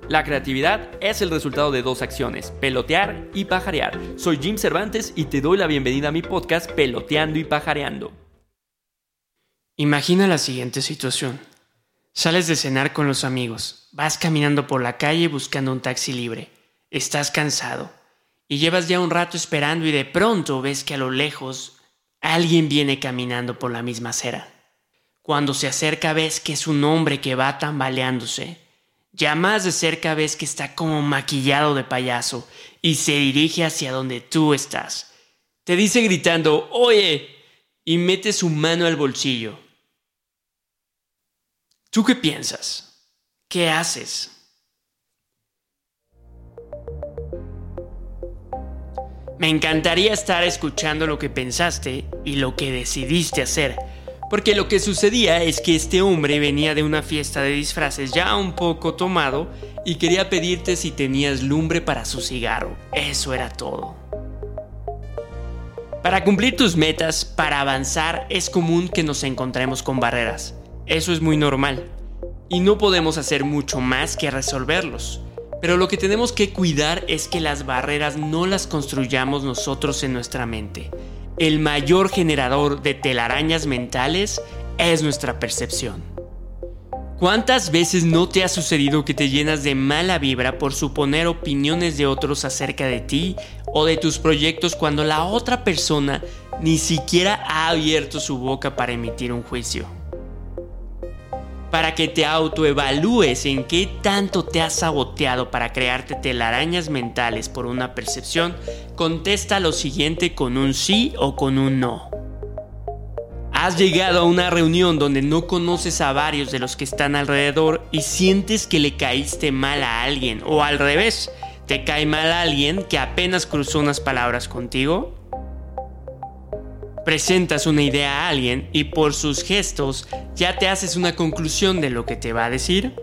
La creatividad es el resultado de dos acciones, pelotear y pajarear. Soy Jim Cervantes y te doy la bienvenida a mi podcast Peloteando y Pajareando. Imagina la siguiente situación. Sales de cenar con los amigos, vas caminando por la calle buscando un taxi libre. Estás cansado y llevas ya un rato esperando y de pronto ves que a lo lejos alguien viene caminando por la misma acera. Cuando se acerca ves que es un hombre que va tambaleándose. Ya más de cerca ves que está como maquillado de payaso y se dirige hacia donde tú estás. Te dice gritando, ¡oye! Y mete su mano al bolsillo. ¿Tú qué piensas? ¿Qué haces? Me encantaría estar escuchando lo que pensaste y lo que decidiste hacer. Porque lo que sucedía es que este hombre venía de una fiesta de disfraces ya un poco tomado y quería pedirte si tenías lumbre para su cigarro. Eso era todo. Para cumplir tus metas, para avanzar, es común que nos encontremos con barreras. Eso es muy normal. Y no podemos hacer mucho más que resolverlos. Pero lo que tenemos que cuidar es que las barreras no las construyamos nosotros en nuestra mente. El mayor generador de telarañas mentales es nuestra percepción. ¿Cuántas veces no te ha sucedido que te llenas de mala vibra por suponer opiniones de otros acerca de ti o de tus proyectos cuando la otra persona ni siquiera ha abierto su boca para emitir un juicio? Para que te autoevalúes en qué tanto te has saboteado para crearte telarañas mentales por una percepción, contesta lo siguiente con un sí o con un no. ¿Has llegado a una reunión donde no conoces a varios de los que están alrededor y sientes que le caíste mal a alguien? O al revés, ¿te cae mal a alguien que apenas cruzó unas palabras contigo? Presentas una idea a alguien y por sus gestos ya te haces una conclusión de lo que te va a decir.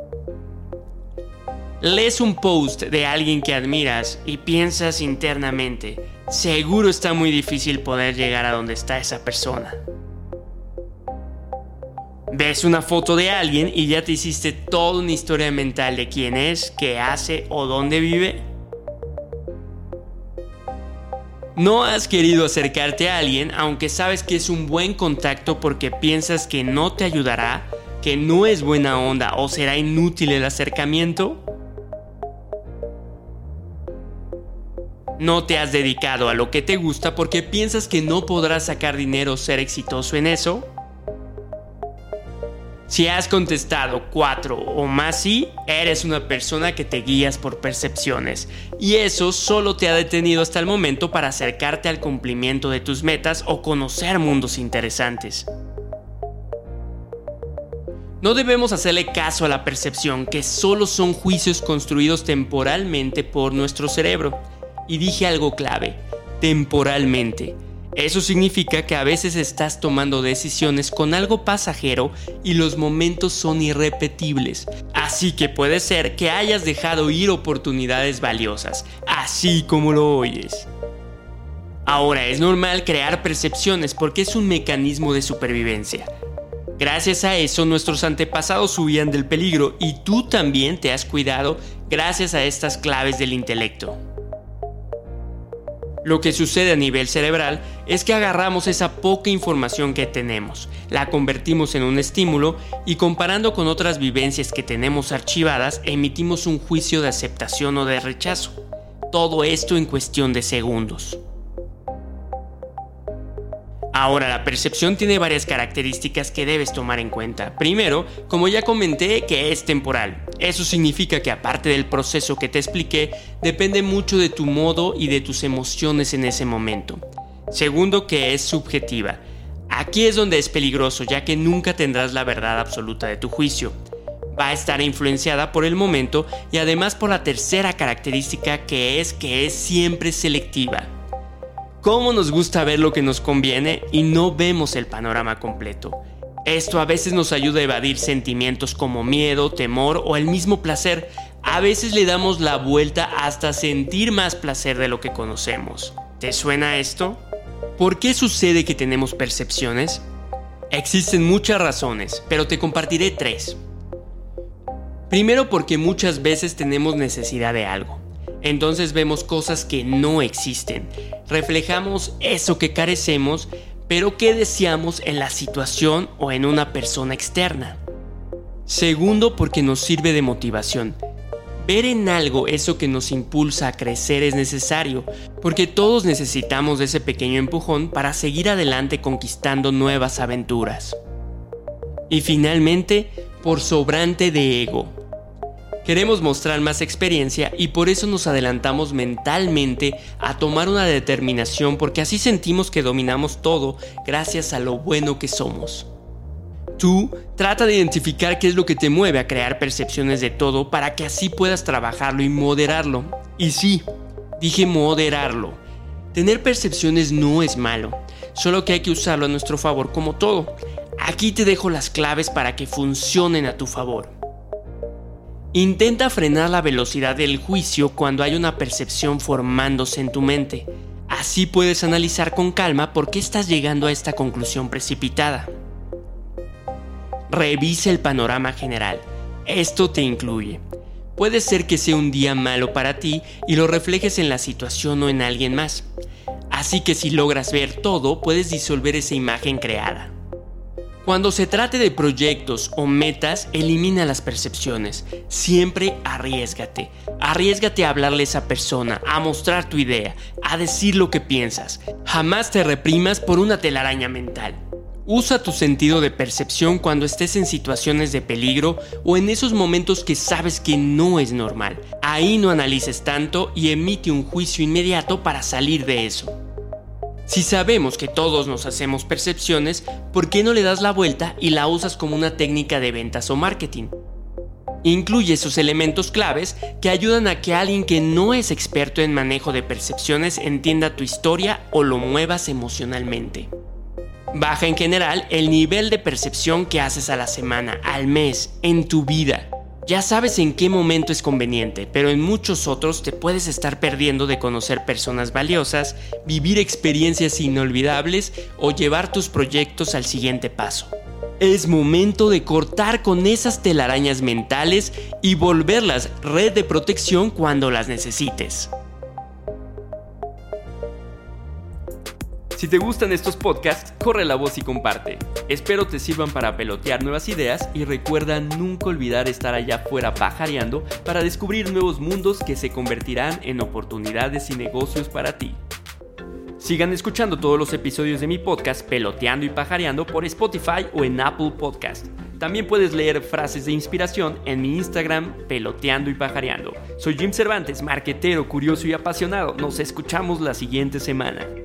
Lees un post de alguien que admiras y piensas internamente, seguro está muy difícil poder llegar a donde está esa persona. Ves una foto de alguien y ya te hiciste toda una historia mental de quién es, qué hace o dónde vive. No has querido acercarte a alguien aunque sabes que es un buen contacto porque piensas que no te ayudará, que no es buena onda o será inútil el acercamiento. No te has dedicado a lo que te gusta porque piensas que no podrás sacar dinero o ser exitoso en eso. Si has contestado 4 o más sí, eres una persona que te guías por percepciones. Y eso solo te ha detenido hasta el momento para acercarte al cumplimiento de tus metas o conocer mundos interesantes. No debemos hacerle caso a la percepción, que solo son juicios construidos temporalmente por nuestro cerebro. Y dije algo clave, temporalmente. Eso significa que a veces estás tomando decisiones con algo pasajero y los momentos son irrepetibles. Así que puede ser que hayas dejado ir oportunidades valiosas, así como lo oyes. Ahora, es normal crear percepciones porque es un mecanismo de supervivencia. Gracias a eso, nuestros antepasados huían del peligro y tú también te has cuidado gracias a estas claves del intelecto. Lo que sucede a nivel cerebral es que agarramos esa poca información que tenemos, la convertimos en un estímulo y comparando con otras vivencias que tenemos archivadas, emitimos un juicio de aceptación o de rechazo. Todo esto en cuestión de segundos. Ahora, la percepción tiene varias características que debes tomar en cuenta. Primero, como ya comenté, que es temporal. Eso significa que aparte del proceso que te expliqué, depende mucho de tu modo y de tus emociones en ese momento. Segundo, que es subjetiva. Aquí es donde es peligroso, ya que nunca tendrás la verdad absoluta de tu juicio. Va a estar influenciada por el momento y además por la tercera característica que es siempre selectiva. ¿Cómo nos gusta ver lo que nos conviene y no vemos el panorama completo? Esto a veces nos ayuda a evadir sentimientos como miedo, temor o el mismo placer. A veces le damos la vuelta hasta sentir más placer de lo que conocemos. ¿Te suena esto? ¿Por qué sucede que tenemos percepciones? Existen muchas razones, pero te compartiré 3. Primero porque muchas veces tenemos necesidad de algo. Entonces vemos cosas que no existen. Reflejamos eso que carecemos, pero que deseamos en la situación o en una persona externa. Segundo porque nos sirve de motivación. Ver en algo eso que nos impulsa a crecer es necesario, porque todos necesitamos de ese pequeño empujón para seguir adelante conquistando nuevas aventuras. Y finalmente, por sobrante de ego. Queremos mostrar más experiencia y por eso nos adelantamos mentalmente a tomar una determinación, porque así sentimos que dominamos todo gracias a lo bueno que somos. Tú trata de identificar qué es lo que te mueve a crear percepciones de todo para que así puedas trabajarlo y moderarlo. Y sí, dije moderarlo. Tener percepciones no es malo, solo que hay que usarlo a nuestro favor como todo. Aquí te dejo las claves para que funcionen a tu favor. Intenta frenar la velocidad del juicio cuando hay una percepción formándose en tu mente. Así puedes analizar con calma por qué estás llegando a esta conclusión precipitada. Revisa el panorama general. Esto te incluye. Puede ser que sea un día malo para ti y lo reflejes en la situación o en alguien más. Así que si logras ver todo, puedes disolver esa imagen creada. Cuando se trate de proyectos o metas, elimina las percepciones. Siempre arriésgate. Arriésgate a hablarle a esa persona, a mostrar tu idea, a decir lo que piensas. Jamás te reprimas por una telaraña mental. Usa tu sentido de percepción cuando estés en situaciones de peligro o en esos momentos que sabes que no es normal. Ahí no analices tanto y emite un juicio inmediato para salir de eso. Si sabemos que todos nos hacemos percepciones, ¿por qué no le das la vuelta y la usas como una técnica de ventas o marketing? Incluye esos elementos claves que ayudan a que alguien que no es experto en manejo de percepciones entienda tu historia o lo muevas emocionalmente. Baja en general el nivel de percepción que haces a la semana, al mes, en tu vida. Ya sabes en qué momento es conveniente, pero en muchos otros te puedes estar perdiendo de conocer personas valiosas, vivir experiencias inolvidables o llevar tus proyectos al siguiente paso. Es momento de cortar con esas telarañas mentales y volverlas red de protección cuando las necesites. Si te gustan estos podcasts, corre la voz y comparte. Espero te sirvan para pelotear nuevas ideas y recuerda nunca olvidar estar allá afuera pajareando para descubrir nuevos mundos que se convertirán en oportunidades y negocios para ti. Sigan escuchando todos los episodios de mi podcast Peloteando y Pajareando por Spotify o en Apple Podcast. También puedes leer frases de inspiración en mi Instagram Peloteando y Pajareando. Soy Jim Cervantes, marketero, curioso y apasionado. Nos escuchamos la siguiente semana.